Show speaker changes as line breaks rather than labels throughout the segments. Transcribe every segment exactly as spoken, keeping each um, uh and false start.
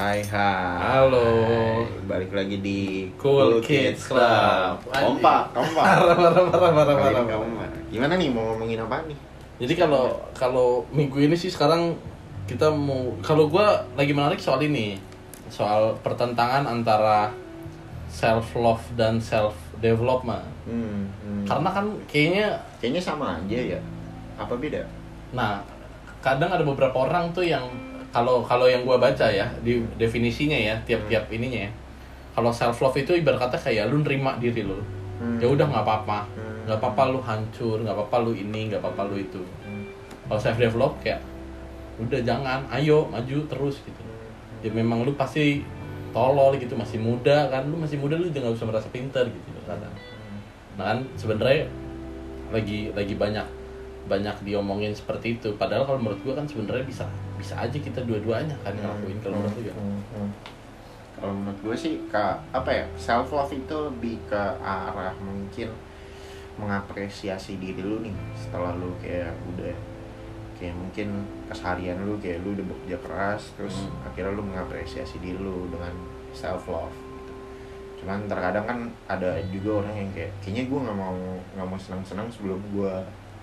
Hai hai.
Halo.
Balik lagi di
Cool Kids Club.
Kompak, kompak.
Marah, marah, marah, marah,
Kali
marah,
ini
marah.
kompak. Gimana nih mau ngomongin apa nih?
Jadi kalau kalau minggu ini sih sekarang kita mau kalau gua lagi menarik soal ini, soal pertentangan antara self love dan self development.
Hmm, hmm.
Karena kan kayaknya,
Kayaknya sama aja ya. Apa beda?
nah kadang ada beberapa orang tuh yang kalau kalau yang gua baca ya di definisinya ya tiap-tiap ininya ya. Kalau self love itu ibarat kata kayak lu nerima diri lu.
Hmm.
Ya udah nggak apa-apa,
Hmm.
nggak apa-apa lu hancur, nggak apa-apa lu ini, nggak apa-apa lu itu.
Hmm.
Kalau self develop kayak udah jangan, ayo maju terus gitu. Ya memang lu pasti tolol gitu, masih muda kan, lu masih muda lu jangan usah merasa pintar gitu kadang. Nah kan sebenarnya lagi lagi banyak banyak diomongin seperti itu. Padahal kalau menurut gua kan sebenarnya bisa bisa aja kita dua-duanya kan ngelakuin kalau menurut lu ya.
Hmm, hmm. Kalau menurut gue sih ke apa ya, self love itu lebih ke arah mungkin mengapresiasi diri lu nih setelah lu kayak udah kayak mungkin keseharian lu kayak lu udah bekerja keras terus
Hmm.
akhirnya lu mengapresiasi diri lu dengan self love gitu. Cuman terkadang kan ada juga orang yang kayak kayaknya gue nggak mau nggak mau senang-senang sebelum gue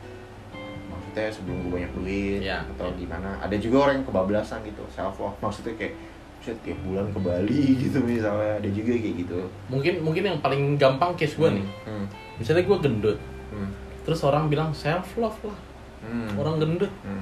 maksudnya sebelum gue banyak duit
Ya,
atau
ya.
gimana. Ada juga orang yang kebablasan gitu self love, maksudnya kayak set tiap bulan ke Bali gitu misalnya, ada juga kayak gitu.
Mungkin mungkin yang paling gampang case gua nih.
Hmm.
Misalnya gua gendut.
Hmm.
Terus orang bilang self love lah.
Hmm.
Orang gendut.
Hmm.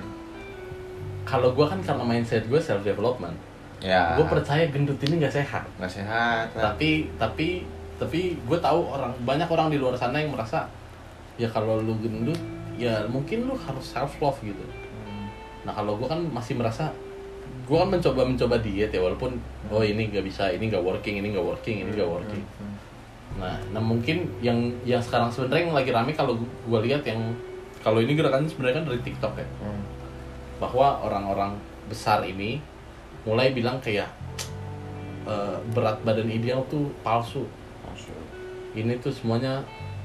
Kalau gua kan karena mindset gua self development.
Ya.
Gue percaya gendut ini nggak sehat.
nggak sehat. lah.
Tapi tapi tapi gue tahu orang banyak orang di luar sana yang merasa ya kalau lu gendut ya mungkin lu harus self love gitu.
Hmm.
Nah kalau gue kan masih merasa gue kan mencoba mencoba diet ya walaupun oh ini nggak bisa, ini nggak working, ini nggak working, ini nggak working.
Hmm.
Nah, nah mungkin yang yang sekarang sebenarnya yang lagi rame kalau gue lihat yang kalau ini gerakannya sebenarnya kan dari TikTok ya,
Hmm.
bahwa orang-orang besar ini mulai bilang kayak e, berat badan ideal tuh palsu.
Masuk.
Ini tuh semuanya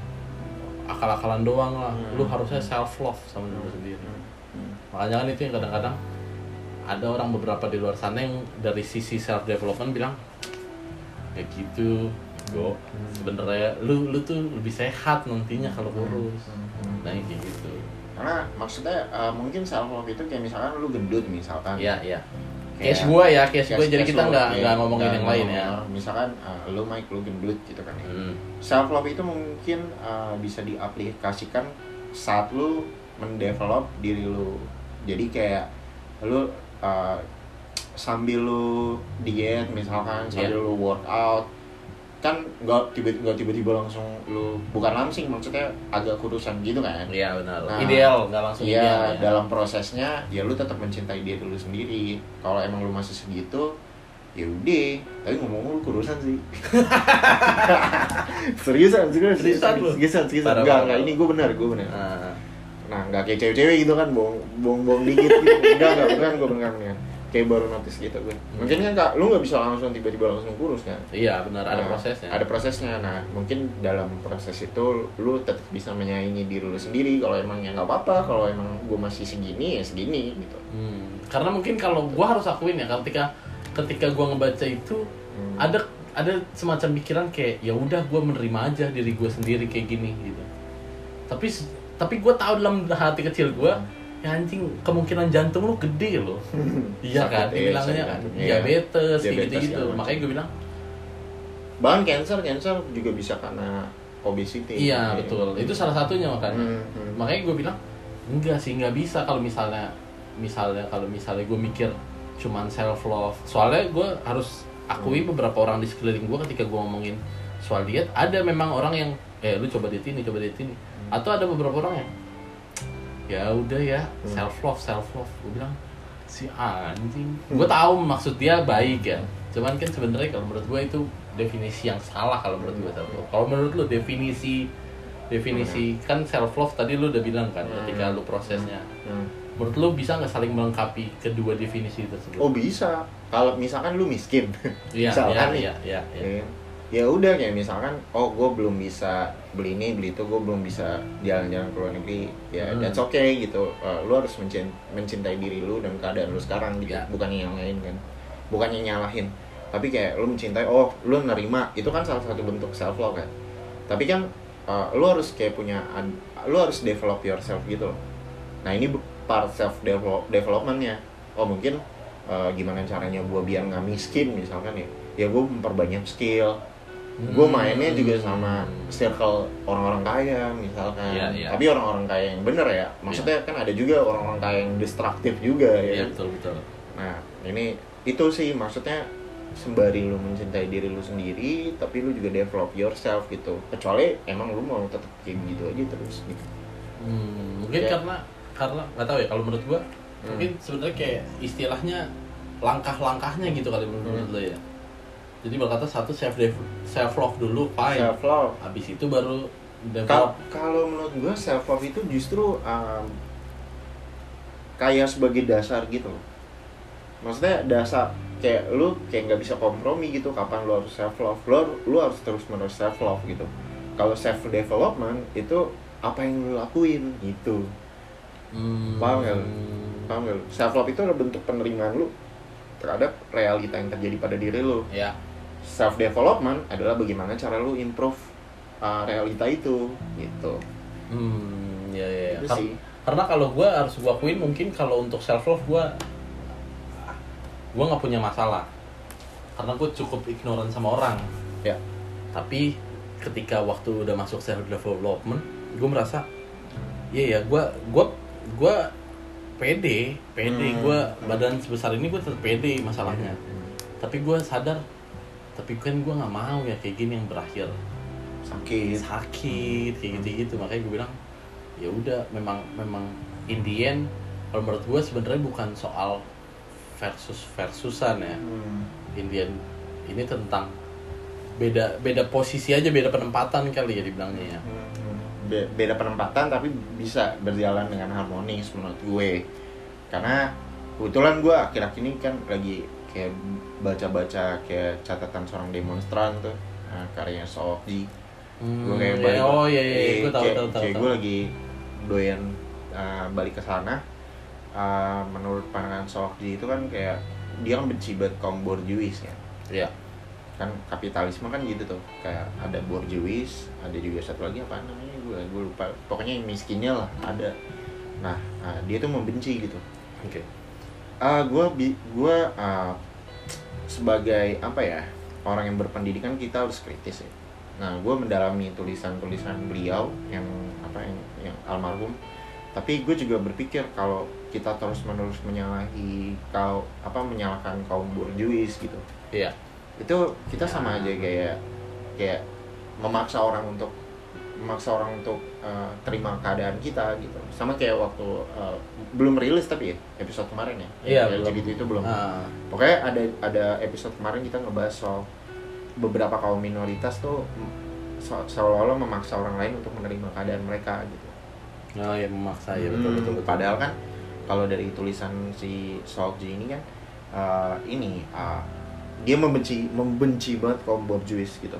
akal-akalan doang lah.
Hmm.
Lu harusnya self love sama diri lu sendiri.
Hmm.
Makanya kan itu yang kadang-kadang ada orang beberapa di luar sana yang dari sisi self development bilang kayak gitu, go. Sebenarnya lu lu tuh lebih sehat nantinya kalau kurus.
Hmm.
Nah kayak gitu.
Karena maksudnya uh, mungkin self love itu kayak misalkan lu gendut misalkan.
Iya iya.
Kayak-
Case gua ya, case gua. Jadi
case
kita
lu,
nggak
kayak
nggak ngomongin
nggak
yang lain ya.
ngomongin, Misalkan uh, lu Mike lu gendut gitu kan ya.
Hmm.
Self love itu mungkin uh, bisa diaplikasikan saat lu mendevelop diri lu. Jadi kayak lu uh, sambil lu diet misalkan, sambil
Yeah.
lu workout, kan nggak tiba nggak tiba-tiba langsung lu bukan langsing, maksudnya agak kurusan gitu kan.
Iya benar.
Nah,
Ideal nggak langsung
Iya,
ideal. Ya.
dalam prosesnya ya lu tetap mencintai diri lu sendiri. Kalau emang lu masih segitu, ya udah. Tapi ngomong lu kurusan sih. seriusan, seriusan,
Seriusan lu?
seriusan, seriusan.
Parah,
Enggak,
parah.
enggak. Ini gue benar, gue benar.
Nah,
Nah, enggak kayak cewek-cewek gitu kan, bohong, bohong-bohong dikit gitu. Enggak, enggak, beneran gue beneran beneran. Kayak baru notice gitu gue. Mungkin kan kak, lu nggak bisa langsung tiba-tiba langsung kurus kan?
iya benar ada
Nah,
prosesnya.
Ada prosesnya. Nah, mungkin dalam proses itu lu tetap bisa menyayangi diri lu sendiri. Kalau emang ya nggak apa-apa. Kalau emang gue masih segini ya segini gitu.
Hmm. Karena mungkin kalau gua harus akuin ya, ketika ketika gua ngebaca itu
Hmm.
ada ada semacam pikiran kayak ya udah gua menerima aja diri gua sendiri kayak gini gitu. Tapi tapi gua tahu dalam hati kecil gua ya anjing kemungkinan jantung lu gede loh. Iya kan,
Sakit,
dibilangnya
iya,
kan
sakit.
diabetes kayak
Diabetes,
gitu-gitu.
ya.
Makanya gua bilang
Bahkan cancer, cancer juga bisa karena obesity.
iya
Jadi-
betul. Itu salah satunya makanya.
Hmm, hmm.
Makanya gue bilang enggak sih, nggak bisa kalau misalnya misalnya kalau misalnya gue mikir cuman self love. Soalnya gue harus akui beberapa orang di sekeliling gue ketika gue ngomongin soal diet, ada memang orang yang eh lu coba diet ini, coba diet ini. Atau ada beberapa orang yang ya udah ya self love, self love. Gue bilang si anjing. Gue tahu maksud dia baik ya. Cuman kan sebenarnya kalau menurut gue itu definisi yang salah kalau menurut gue self love. Kalau menurut lu definisi definisi kan self love tadi lu udah bilang kan ketika lu prosesnya.
Hmm.
Menurut lu bisa nggak saling melengkapi kedua definisi tersebut?
Oh bisa. Kalau misalkan lu miskin,
iya,
misalkan nih,
iya, iya, iya.
ya, ya udah kayak misalkan, oh gue belum bisa beli ini beli itu, gue belum bisa jalan-jalan ke luar negeri, ya
Hmm.
that's okay gitu. Uh, lu harus mencin- mencintai diri lu dan keadaan lu sekarang gitu,
Ya.
bukan yang lain kan. bukannya nyalahin, tapi kayak lu mencintai, oh lu nerima, itu kan salah satu bentuk self love kan. Tapi kan uh, lu harus kayak punya, lu harus develop yourself gitu loh. Nah ini part self develop developmentnya. Oh mungkin uh, gimana caranya gue biar nggak miskin misalkan ya, ya gue memperbanyak skill. Hmm. Gue mainnya juga sama circle orang-orang kaya misalkan. Yeah, yeah. Tapi orang-orang kaya yang bener ya. Maksudnya yeah. kan ada juga orang-orang kaya yang destruktif juga ya.
Yeah, betul betul.
Nah ini itu sih maksudnya, sembari lu mencintai diri lu sendiri, tapi lu juga develop yourself gitu. Kecuali emang lu mau tetap kayak gitu aja terus gitu.
Hmm, mungkin ya. karena karena nggak tahu ya, kalau menurut gua hmm. mungkin sebenarnya kayak istilahnya langkah-langkahnya gitu kali menurut hmm. lo ya. Jadi berkata satu self self love dulu, fine.
Self love.
Habis itu baru develop.
Kalau menurut gua self love itu justru um, kayak sebagai dasar gitu. Maksudnya dasar kayak lu kayak nggak bisa kompromi gitu kapan lu harus self love. Lu, lu harus terus menerus self love gitu. Kalau self development itu apa yang lu lakuin gitu. Hmm. Paham gak lu? Paham gak lu? Self love itu adalah bentuk penerimaan lu terhadap realita yang terjadi pada diri lu.
Ya.
Self development adalah bagaimana cara lu improve uh, realita itu gitu.
Hmm, ya ya. ya.
Itu
Kar-
sih.
Karena kalau gue harus gue akuin mungkin kalau untuk self love gue gue nggak punya masalah karena gue cukup ignorant sama orang.
Ya.
Tapi ketika waktu udah masuk self development, gue merasa, iya ya, gue gue gue pede, pede hmm. gue badan sebesar ini gue tetap pede masalahnya. Hmm. Tapi gue sadar, tapi kan gue nggak mau ya kayak gini yang berakhir
sakit,
sakit kayak gitu gitu. Makanya gue bilang, ya udah, memang memang in the end, kalau menurut gue sebenarnya bukan soal versus versusan ya. Hmm. In the end, ini tentang beda beda posisi aja, beda penempatan kali ya dibilangnya ya.
Hmm. Be- beda penempatan tapi bisa berjalan dengan harmonis menurut gue. Karena kebetulan gue akhir-akhir ini kan lagi kayak baca-baca kayak catatan seorang demonstran tuh, nah, karyanya Sookji. Hmm, gue kayak balik,
oh iya iya, iya. gue tahu
kayak,
tahu tahu.
Kayak gue lagi doyan uh, balik ke sana. Uh, menurut pandangan Sookji itu kan kayak dia kan benci banget kaum borjuis ya.
Iya.
Kan kapitalisme kan gitu tuh, kayak ada borjuis, ada juga satu lagi apa namanya gue gue lupa, pokoknya yang miskinnya lah ada. Nah, nah dia tuh membenci gitu.
Oke. Okay.
Uh, gue gue uh, sebagai apa ya, orang yang berpendidikan kita harus kritis ya. Nah, gue mendalami tulisan-tulisan beliau yang apa yang, yang almarhum. Tapi gue juga berpikir kalau kita terus-menerus menyalahi kau apa menyalahkan kaum borjuis gitu.
Iya.
Itu kita sama aja kayak kayak memaksa orang untuk memaksa orang untuk uh, terima keadaan kita gitu. Sama kayak waktu uh, belum rilis tapi ya episode kemarin ya.
Iya,
L G B T
belum.
itu belum.
Uh.
Pokoknya ada ada episode kemarin kita ngebahas soal beberapa kaum minoritas tuh seolah-olah memaksa orang lain untuk menerima keadaan mereka gitu.
Oh ya, memaksa ya, betul,
hmm,
betul betul.
Padahal kan kalau dari tulisan si Sookji ini kan uh, ini uh, dia membenci membenci banget kaum borjuis gitu.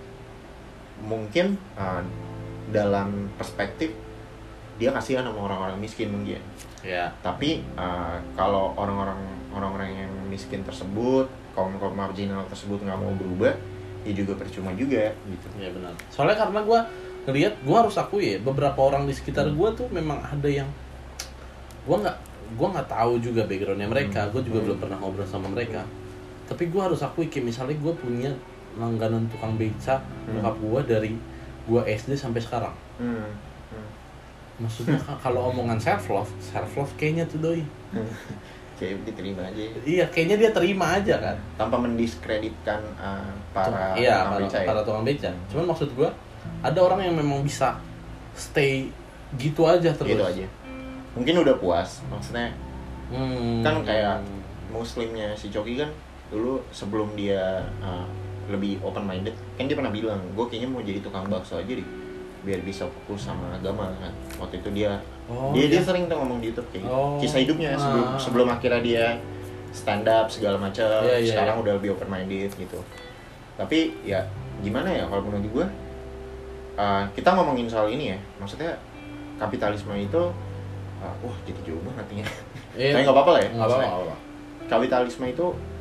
Mungkin uh, dalam perspektif dia kasihan sama orang-orang miskin mungkin.
Ya.
Tapi uh, kalau orang-orang orang-orang yang miskin tersebut, kaum-kaum marginal tersebut nggak mau berubah, ya juga percuma juga gitu.
Ya benar. Soalnya karena gue ngelihat, gue harus akui ya, beberapa orang di sekitar gue tuh memang ada yang gue nggak gue nggak tahu juga backgroundnya mereka. Gue juga hmm. belum pernah ngobrol sama mereka. Tapi gue harus akui kayak misalnya gue punya langganan tukang beca hmm. nyokap gue dari gue S D sampai sekarang. Hmm. Hmm. Maksudnya kalau omongan self love, self love kayaknya tuh doi.
Kayak diterima aja.
Iya, kayaknya dia terima aja kan.
Tanpa mendiskreditkan uh, para
iya,
tukang
para,
beca.
Para tukang beca. Cuman maksud gue, ada orang yang memang bisa stay gitu aja terus.
Gitu aja. Mungkin udah puas, maksudnya.
Hmm.
Kan kayak muslimnya si Coki kan dulu sebelum dia uh, lebih open minded, kan dia pernah bilang, gue kayaknya mau jadi tukang bakso aja deh, biar bisa fokus sama agama kan. Waktu itu dia oh, dia iya. dia sering tuh ngomong di YouTube kayak gitu. Oh, kisah hidupnya sebelum ah. sebelum akhirnya dia stand up segala macam, yeah, yeah, sekarang yeah. udah lebih open minded gitu. Tapi ya gimana ya kalau menurut gue, uh, kita ngomongin soal ini ya, maksudnya kapitalisme itu uh, wah jadi jauh banget artinya. Yeah. Tapi nggak apa-apa lah ya.
Nggak apa-apa.
Kapitalisme itu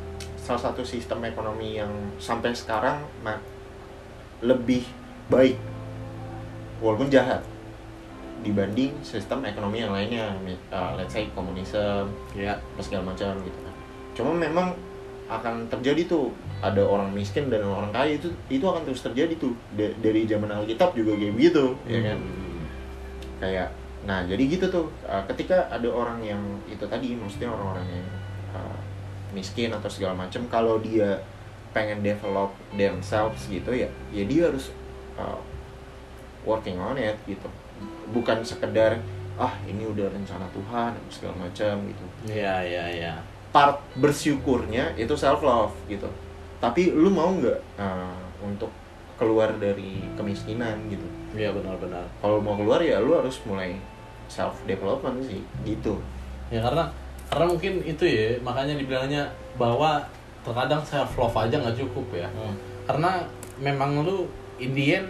salah satu sistem ekonomi yang sampai sekarang nah, lebih baik walaupun jahat dibanding sistem ekonomi yang lainnya, uh, let's say komunisme,
ya,
segala macam gitu kan. Cuma memang akan terjadi tuh ada orang miskin dan orang kaya, itu itu akan terus terjadi tuh D- dari zaman Alkitab juga kayak gitu, hmm. ya kan. Kayak nah jadi gitu tuh uh, ketika ada orang yang itu tadi, maksudnya orang-orang yang uh, miskin atau segala macam, kalau dia pengen develop themselves gitu ya, ya dia harus uh, working on it gitu. Bukan sekedar ah ini udah rencana Tuhan segala macam gitu.
Iya iya iya.
Part bersyukurnya itu self love gitu. Tapi lu mau nggak uh, untuk keluar dari kemiskinan gitu?
Iya benar-benar.
Kalau mau keluar ya lu harus mulai self development sih gitu.
Ya karena karena mungkin itu ya, makanya dibilangnya bahwa terkadang self love aja nggak cukup ya. Hmm. Karena memang lu in the end,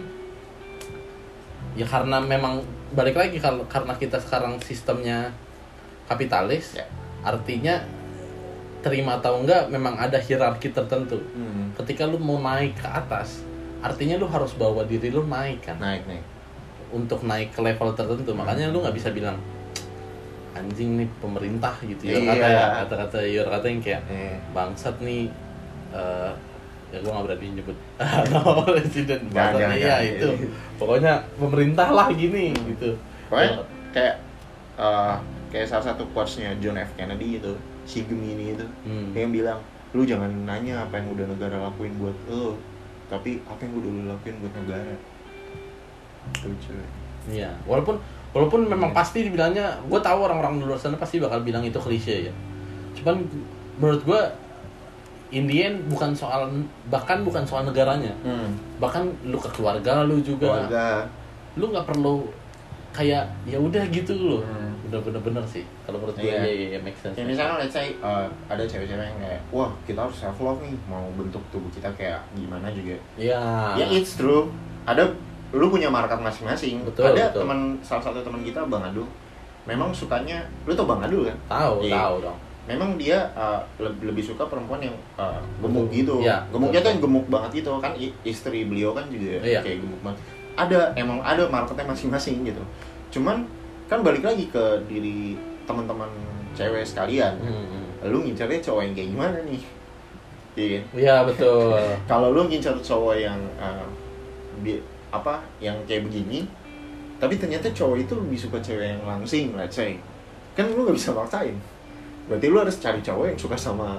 ya karena memang balik lagi kalau karena kita sekarang sistemnya kapitalis, ya. Artinya terima atau enggak memang ada hierarki tertentu. Hmm. Ketika lu mau naik ke atas, artinya lu harus bawa diri lu naik kan.
Naik naik.
Untuk naik ke level tertentu, hmm. makanya lu nggak bisa bilang anjing nih pemerintah gitu ya, kata ya, kata-kata ya kata yang kayak yeah. bangsat nih. Uh, ya gue nggak berani nyebut nama presiden bangsat nih ya itu iya. Pokoknya pemerintah lah gini hmm. gitu.
Pokoknya kayak uh, kayak salah satu quotes-nya John F Kennedy itu, si Gemini itu, hmm. yang bilang lu jangan nanya apa yang udah negara lakuin buat lu, tapi apa yang udah lu lakuin buat negara. Lucu.
Iya, walaupun walaupun memang yeah. pasti dibilangnya, gue tahu orang-orang di luar sana pasti bakal bilang itu klise ya. Cuman menurut gue in the end bukan soal, bahkan bukan soal negaranya, hmm. bahkan lu ke keluarga lu juga,
keluarga.
Lu nggak perlu kayak ya udah gitu lu, hmm. udah bener-bener sih kalau menurut gue.
Yeah.
ya ya ya make sense.
Ya misalnya let's say uh, ada cewek-cewek yang kayak wah kita harus self love nih, mau bentuk tubuh kita kayak gimana juga.
Iya.
Yeah. Ya it's true. Ada lu punya market masing-masing.
Betul,
ada
betul.
Teman salah satu teman kita Bang Adul, memang sukanya, lu tau Bang Adul kan?
Tahu, yeah. tahu dong.
Memang dia uh, lebih, lebih suka perempuan yang uh, gemuk gitu.
Ya,
gemuknya tuh yang gemuk banget gitu kan, istri beliau kan juga ya. Kayak gemuk banget. Ada emang ada marketnya masing-masing gitu. Cuman kan balik lagi ke diri teman-teman cewek sekalian. Hmm. Lu ngincarnya cowok yang kayak gimana nih? Iya.
Iya betul.
Kalau lu ngincar cowok yang uh, bi- apa yang kayak begini, tapi ternyata cowok itu lebih suka cewek yang langsing, let's say, kan lu nggak bisa maksain. Berarti lu harus cari cowok yang suka sama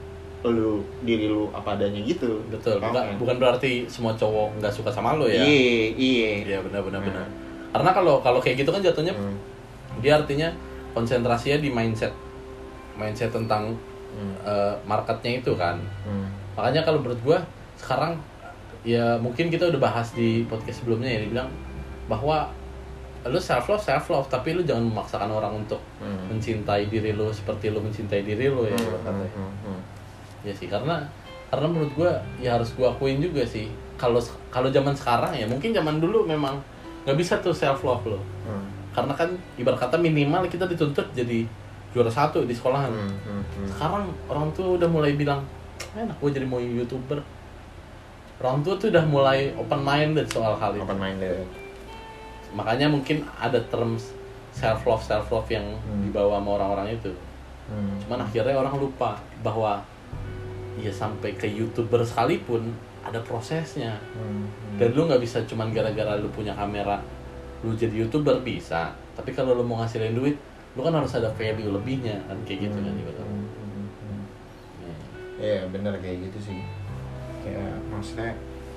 lu, diri lu apa adanya gitu.
Betul. Bukan, bukan berarti semua cowok nggak suka sama lu ya.
Iya iya.
Iya benar-benar benar. Karena kalau kalau kayak gitu kan jatuhnya hmm. dia artinya konsentrasinya di mindset mindset tentang hmm. uh, marketnya itu kan. Hmm. Makanya kalau menurut gua sekarang ya mungkin kita udah bahas di podcast sebelumnya ya, dibilang bahwa lu self love self love tapi lu jangan memaksakan orang untuk hmm. mencintai diri lu seperti lu mencintai diri lu ya. Hmm. Hmm. Hmm. Hmm. Ya sih, karena karena menurut gua ya harus gua akuin juga sih, kalau kalau zaman sekarang ya mungkin zaman dulu memang nggak bisa tuh self love lo. Hmm. Karena kan ibarat kata minimal kita dituntut jadi juara satu di sekolahan. Hmm. Hmm. Hmm. Sekarang orang tua udah mulai bilang enak gua jadi mau YouTuber. Orang tua tuh udah mulai open minded soal hal itu.
Open minded.
Makanya mungkin ada terms self love self love yang hmm. dibawa sama orang-orang itu. Hmm. Cuman akhirnya orang lupa bahwa ya sampai ke YouTuber sekalipun ada prosesnya. Hmm. Hmm. Dan lu nggak bisa cuman gara-gara lu punya kamera lu jadi YouTuber bisa. Tapi kalau lu mau ngasilin duit, lu kan harus ada value lebihnya kan, kayak gitu hmm. kan gitu. Hmm.
Hmm. Ya, ya benar kayak gitu sih. Kayak maksudnya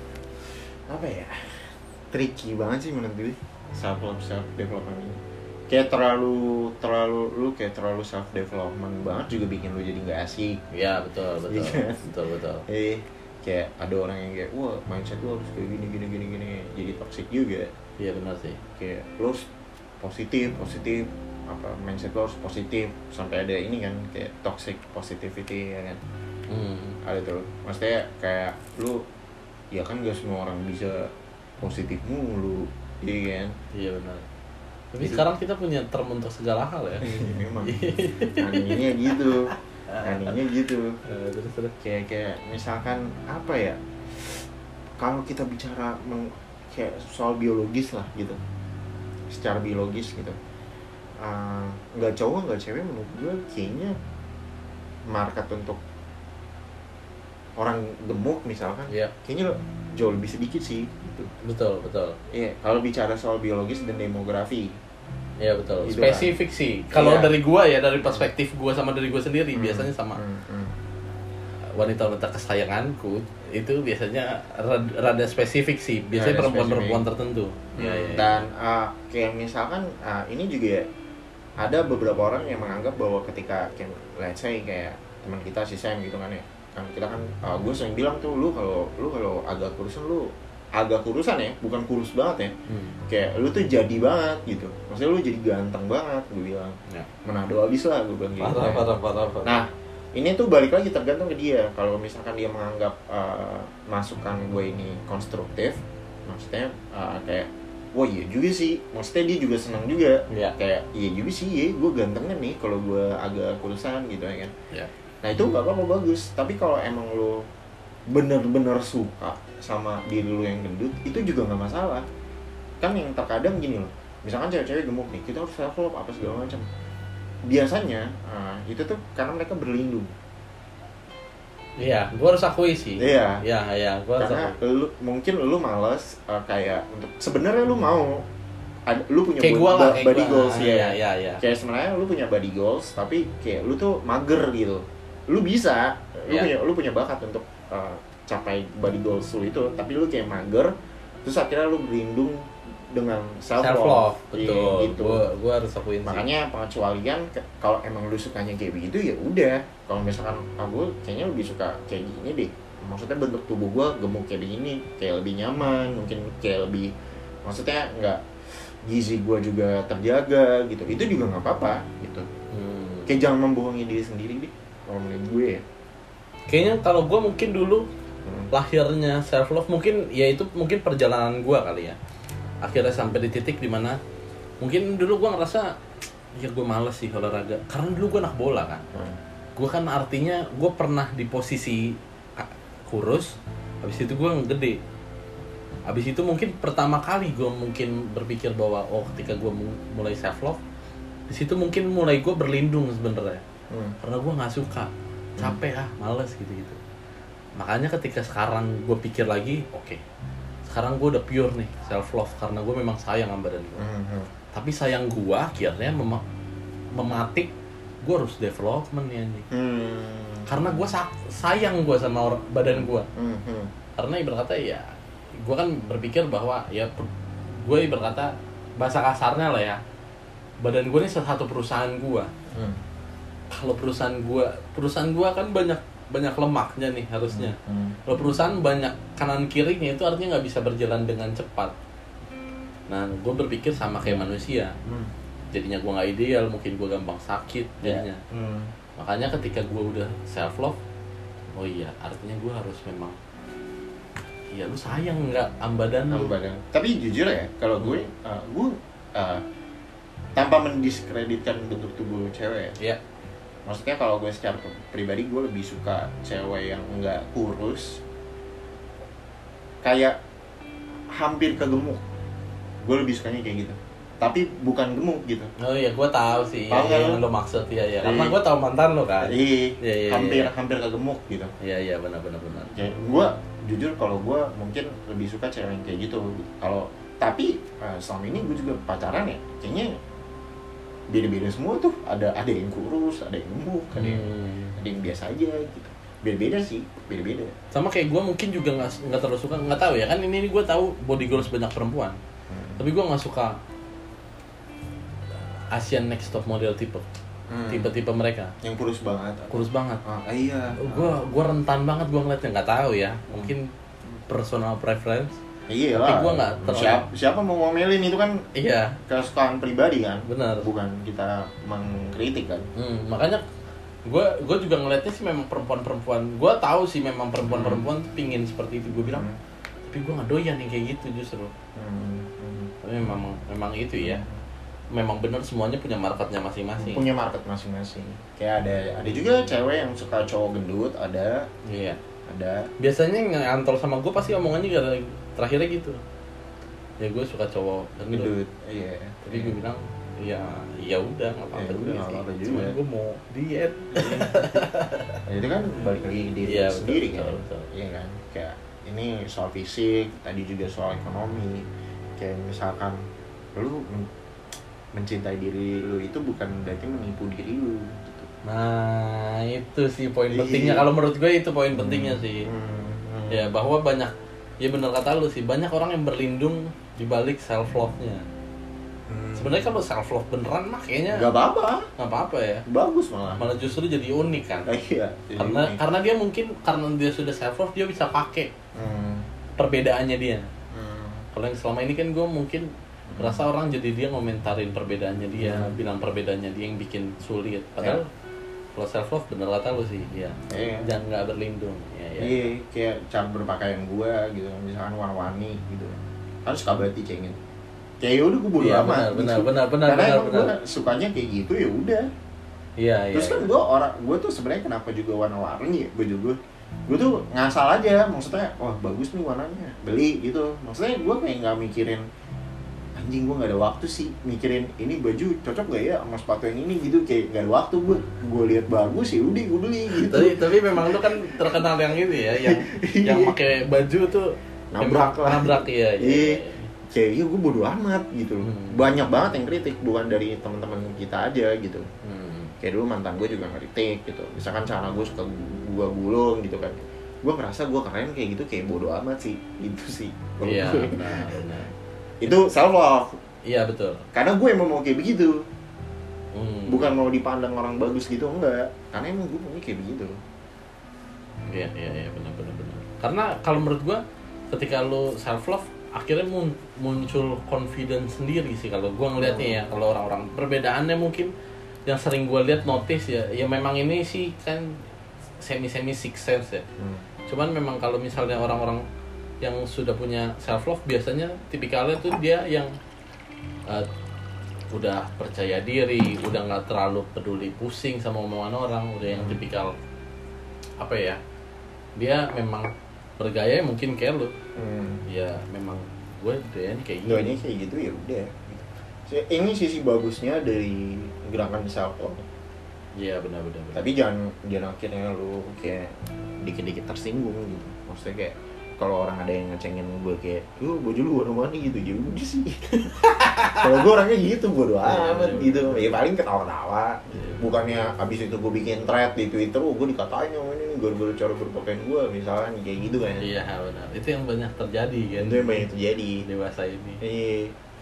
apa ya, tricky banget sih menurut gue self love self development ini. Kayak terlalu terlalu lu kayak terlalu self development banget juga bikin lu jadi nggak asik.
Iya betul betul
yeah.
betul betul.
Eh kayak ada orang yang kayak wah mindset lu harus kayak gini gini gini gini, jadi toxic juga.
Iya benar sih.
Kayak lu positif positif apa mindset lu harus positif, sampai ada ini kan kayak toxic positivity ya kan. Hmm. Ada tuh, maksudnya kayak lu ya kan gak semua orang bisa positif mulu, iya kan?
Iya benar. Tapi jadi, sekarang kita punya term untuk segala hal ya.
Memang. Anehnya gitu. anehnya gitu.
Uh, terus terus
kayak kayak misalkan apa ya, kalau kita bicara meng, kayak soal biologis lah gitu, secara biologis gitu, uh, nggak cowok nggak cewek menurut gue kayaknya market untuk orang gemuk misalkan,
yeah.
kayaknya jauh lebih sedikit sih gitu.
Betul betul.
Iya, kalau bicara soal biologis dan demografi.
Iya betul.
Gitu
spesifik
kan.
sih. Kalau
Iya.
dari gua ya, dari perspektif gua sama dari gua sendiri hmm. biasanya sama.
Hmm. Hmm.
Wanita-wanita kesayanganku itu biasanya rada, rada spesifik sih. Biasanya
Rada
perempuan-perempuan
spesifik.
tertentu.
Hmm.
Ya, ya, ya.
Dan uh, kayak misalkan uh, ini juga ya, ada beberapa orang yang menganggap bahwa ketika kayak let's say kayak teman kita si Sam gitu kan ya, kan kita kan uh, gue sering bilang tuh, lu kalau lu kalau agak kurusan lu agak kurusan ya, bukan kurus banget ya,
hmm.
kayak lu tuh jadi banget gitu, maksudnya lu jadi ganteng banget, gue bilang
ya.
Manado abis lah gue bilang gitu.
Parah, parah, parah, parah.
Nah ini tuh balik lagi tergantung ke dia. Kalau misalkan dia menganggap uh, masukan gue ini konstruktif, maksudnya uh, kayak wah iya juga sih, maksudnya dia juga senang juga
ya.
Kayak iya juga sih ya, gue ganteng kan nih kalau gue agak kurusan gitu ya kan
ya.
Nah itu gak apa-apa, bagus. Tapi kalau emang lo bener-bener suka sama diri lo yang gendut, itu juga gak masalah. Kan yang terkadang gini loh, misalkan cewek-cewek gemuk nih, kita harus self love apa segala macam. Biasanya uh, itu tuh karena mereka berlindung.
Iya, gue harus akui sih.
Iya.
Iya, iya, gue harus
Karena
akui.
lu mungkin lu malas uh, kayak untuk sebenarnya lu mau ada, lu punya
kayak
body,
gua lah,
ba-
kayak
body
gua.
goals ya.
Iya, iya, iya.
Kayak sebenarnya lu punya body goals tapi kayak lu tuh mager gitu. Lu bisa, lu
Iya.
punya lu punya bakat untuk uh, capai body goals lu itu, tapi lu kayak mager, terus akhirnya lu berlindung dengan self love.
Self love, betul.
Gitu.
Gue gue harus akuin sih.
Makanya pengecualian ke- kalau emang lu sukanya kayak begitu ya udah. Kalau misalkan ah, gue kayaknya lebih suka kayak gini deh. Maksudnya bentuk tubuh gue gemuk kayak begini, kayak lebih nyaman, mungkin kayak lebih, maksudnya nggak gizi gue juga terjaga gitu. Itu juga nggak apa-apa gitu.
Hmm.
Kayak jangan membohongi diri sendiri deh. Kalau menurut gue ya.
Kayaknya kalau gue mungkin dulu
Hmm.
lahirnya self love mungkin ya itu mungkin perjalanan gue kali ya. Akhirnya sampai di titik dimana mungkin dulu gue ngerasa ya gue males sih olahraga karena dulu gue anak bola kan.
Hmm.
Gue kan artinya gue pernah di posisi kurus, habis itu gue gede. Habis itu mungkin pertama kali gue mungkin berpikir bahwa oh ketika gue mulai self love, di situ mungkin mulai gue berlindung sebenarnya.
Hmm.
Karena gue nggak suka, capek ah, males gitu-gitu. Makanya ketika sekarang gue pikir lagi, oke, okay, sekarang gue udah pure nih self love karena gue memang sayang sama badan gue.
Hmm.
Tapi sayang gue akhirnya mem- mematik gue harus development ya nih.
Hmm.
Karena gue sa- sayang gue sama or- badan gue.
Hmm. Hmm.
Karena ibarat kata ya, gue kan berpikir bahwa ya gue ibarat kata bahasa kasarnya lah ya, badan gue ini salah satu perusahaan gue.
Hmm.
Kalau perusahaan gue, perusahaan gue kan banyak banyak lemaknya nih harusnya.
Hmm.
Kalau perusahaan banyak kanan kirinya itu artinya nggak bisa berjalan dengan cepat. Nah, gue berpikir sama kayak manusia.
Hmm.
Jadinya gue nggak ideal, mungkin gue gampang sakit jadinya.
Hmm.
Makanya ketika gue udah self love, oh iya, artinya gue harus memang, ya lu sayang nggak sama badan lu.
Sama badan. Tapi jujur ya, kalau gue, uh, gue uh, tanpa mendiskreditkan bentuk tubuh cewek ya.
Iya.
Maksudnya kalau gue secara pribadi gue lebih suka cewek yang enggak kurus, kayak hampir ke gemuk. Gue lebih sukanya kayak gitu. Tapi bukan gemuk gitu.
Oh iya, gue tahu sih
Tahu
ya,
kan?
yang lo maksud ya ya. Karena
Iya.
gue tahu mantan lo kan.
Iya,
Iya, iya,
hampir
iya.
hampir ke gemuk gitu.
Iya iya benar benar benar.
Kayak gue jujur kalau gue mungkin lebih suka cewek yang kayak gitu. Kalau tapi uh, selama ini gue juga pacaran ya, kayaknya beda-beda semua tuh. Ada ada yang kurus, ada yang gemuk, ada yang
Hmm.
ada yang biasa aja gitu. Beda-beda sih, beda-beda.
Sama kayak gue mungkin juga nggak nggak terlalu suka, nggak tahu ya kan ini, ini gue tahu body goals banyak perempuan.
Hmm.
Tapi gue nggak suka Asian Next Top Model tipe,
Hmm.
tipe-tipe mereka
Yang kurus banget.
kurus banget.
Ah, iya.
Gue gue rentan banget gue ngeliatnya, nggak tahu ya, mungkin personal preference.
Iya
Tapi
lah.
gua nggak terlalu-
Siapa, siapa mau ngomelin itu kan
Iya,
kesukaan pribadi kan.
benar.
Bukan kita mengkritik kan.
Hmm, makanya gue gue juga ngeliatnya sih memang perempuan-perempuan. Gue tahu sih memang perempuan-perempuan tuh pingin seperti itu. Gue bilang,
Hmm.
tapi gue nggak doyan yang kayak gitu justru.
Hmm. Hmm.
Tapi memang memang itu ya. memang benar semuanya punya marketnya masing-masing.
Punya market masing-masing. Kayak ada ada juga cewek yang suka cowok gendut, ada.
Iya.
Ada.
Biasanya yang ngantol sama gue pasti omongannya gara terakhirnya gitu. Ya gue suka cowok gendut.
Gendut. Iya.
Tapi gue bilang ya ya udah nggak apa-apa
Ya
juga
udah, nggak
sih.
apa-apa juga.
Cuman gue mau diet.
Nah, itu kan balik lagi ke diri
Iya,
lu sendiri
betul,
kan.
betul.
Iya kan. Kayak ini soal fisik, tadi juga soal ekonomi. Kayak misalkan lu men- mencintai diri lu itu bukan berarti menipu diri lu gitu.
Nah itu sih poin
Iya.
pentingnya. Kalau menurut gue itu poin pentingnya
Hmm,
sih.
hmm, hmm.
Ya bahwa banyak, ya benar kata lu sih, banyak orang yang berlindung di balik self love-nya.
Hmm.
Sebenarnya kalau self love beneran mah kayaknya
Nggak apa-apa,
nggak apa-apa ya.
bagus malah.
Malah justru jadi unik kan.
Ah, iya. jadi
Karena
unik.
karena dia mungkin karena dia sudah self love dia bisa pakai
Hmm,
perbedaannya dia.
hmm,
Kalau yang selama ini kan gue mungkin merasa orang jadi dia ngomentarin perbedaannya dia,
Hmm.
bilang perbedaannya dia yang bikin sulit. Padahal kalau self love bener kata lu sih, ya
Iya.
jangan nggak berlindung. Ya, ya.
Iya, kayak cara berpakaian gua gitu, misalkan warna-warni gitu. Kan suka banget dicengin. Kayak ya udah gua bodo
Iya,
amat.
benar,
gitu.
benar, benar, benar,
Karena
benar,
emang
benar.
gua sukanya kayak gitu ya udah.
Iya, iya.
Terus kan gua orang gua tuh sebenarnya kenapa juga warna-warni ya, baju gua. Gua tuh ngasal aja, maksudnya wah bagus nih warnanya, beli gitu. Maksudnya gua kayak nggak mikirin anjing, gua nggak ada waktu sih mikirin ini baju cocok gak ya sama sepatu yang ini gitu, kayak nggak ada waktu. Gua gua lihat bagus ya udah gua beli gitu.
Tapi tapi memang lu kan terkenal yang itu ya, yang yang pakai baju tuh
Nabrak
emang
lah.
nabrak ya.
Iya. Kayak ya gue bodo amat gitu loh.
Hmm.
Banyak banget yang kritik, bukan dari teman-teman kita aja gitu.
Hmm.
Kayak dulu mantan gue juga ngeritik gitu. Misalkan celana gue suka gue gulung gitu kan. Gue ngerasa gue keren kayak gitu, kayak bodo amat sih. Itu sih. Kalau
Iya,
gue.
benar, benar.
Itu self love.
Iya, betul.
Karena gue emang mau kayak begitu.
Hmm.
Bukan mau dipandang orang bagus gitu, enggak. Karena emang gue maunya kayak begitu.
Iya, iya, iya, benar, benar, benar. Karena kalau menurut gua ketika lu self love akhirnya mun- muncul confidence sendiri sih kalau gua ngelihatnya ya. Kalau orang-orang perbedaannya mungkin yang sering gua lihat notice ya, ya memang ini sih kan semi-semi six sense ya.
Hmm.
Cuman memang kalau misalnya orang-orang yang sudah punya self love biasanya tipikalnya tuh dia yang uh, udah percaya diri, udah nggak terlalu peduli pusing sama omongan orang, udah yang tipikal apa ya? Dia memang bergaya mungkin kayak lu.
Hmm.
Ya memang gue dia kayak gini.
Doanya kayak gitu ya udah. Gitu. Si- Ini sisi bagusnya dari gerakan self love.
Iya benar-benar.
Tapi jangan jangan akhirnya lu kayak dikit-dikit tersinggung gitu. Maksudnya kayak kalau orang ada yang ngecengin gue kayak, lu baju lu warna-warni gitu, ya udah sih. Kalau gue orangnya gitu, bodo
Iya,
amat
bener.
gitu. Ya paling ketawa-tawa.
Iya.
Bukannya abis itu gue bikin thread di Twitter, oh gue dikatain sama ini nih gara-gara cara berpakaian gue, misalnya kayak gitu kan.
Iya benar. Itu yang banyak terjadi kan.
Itu yang banyak terjadi.
Dewasa ini.
Iya.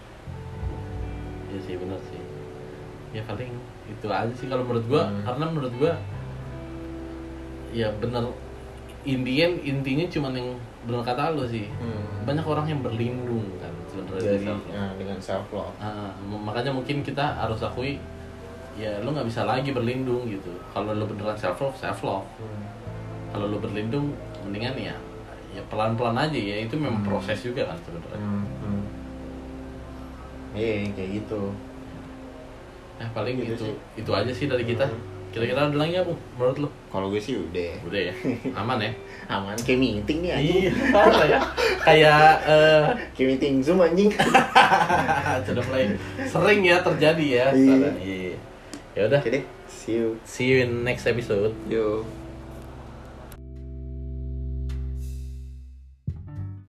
Iya sih benar sih. Ya paling itu aja sih kalau menurut gua,
Hmm.
karena menurut gua ya benar intinya intinya cuman yang benar kata lo sih.
Hmm.
Banyak orang yang berlindung kan sebenarnya
Dari
di self love.
nah, dengan self love.
Ah, makanya mungkin kita harus akui ya lo nggak bisa lagi berlindung gitu. Kalau lo beneran self love, self love.
Hmm.
Kalau lo berlindung mendingan ya ya pelan-pelan aja ya, itu memang
Hmm.
proses juga kan sebenarnya.
Hmm. Hmm. Iya, kayak gitu.
Nah, paling
Gitu
itu
sih.
itu aja sih dari kita.
Hmm.
Kira-kira ada lagi apa menurut lo?
Kalau gue sih udah
Udah ya, aman ya.
aman, kayak meeting nih anjing.
Iya, apa ya? Kayak eh
Kayak meeting Zoom anjing.
sudah mulai sering ya terjadi ya.
Iya.
Iya. Ya udah,
Oke deh, see you.
see you in next episode.
Yo.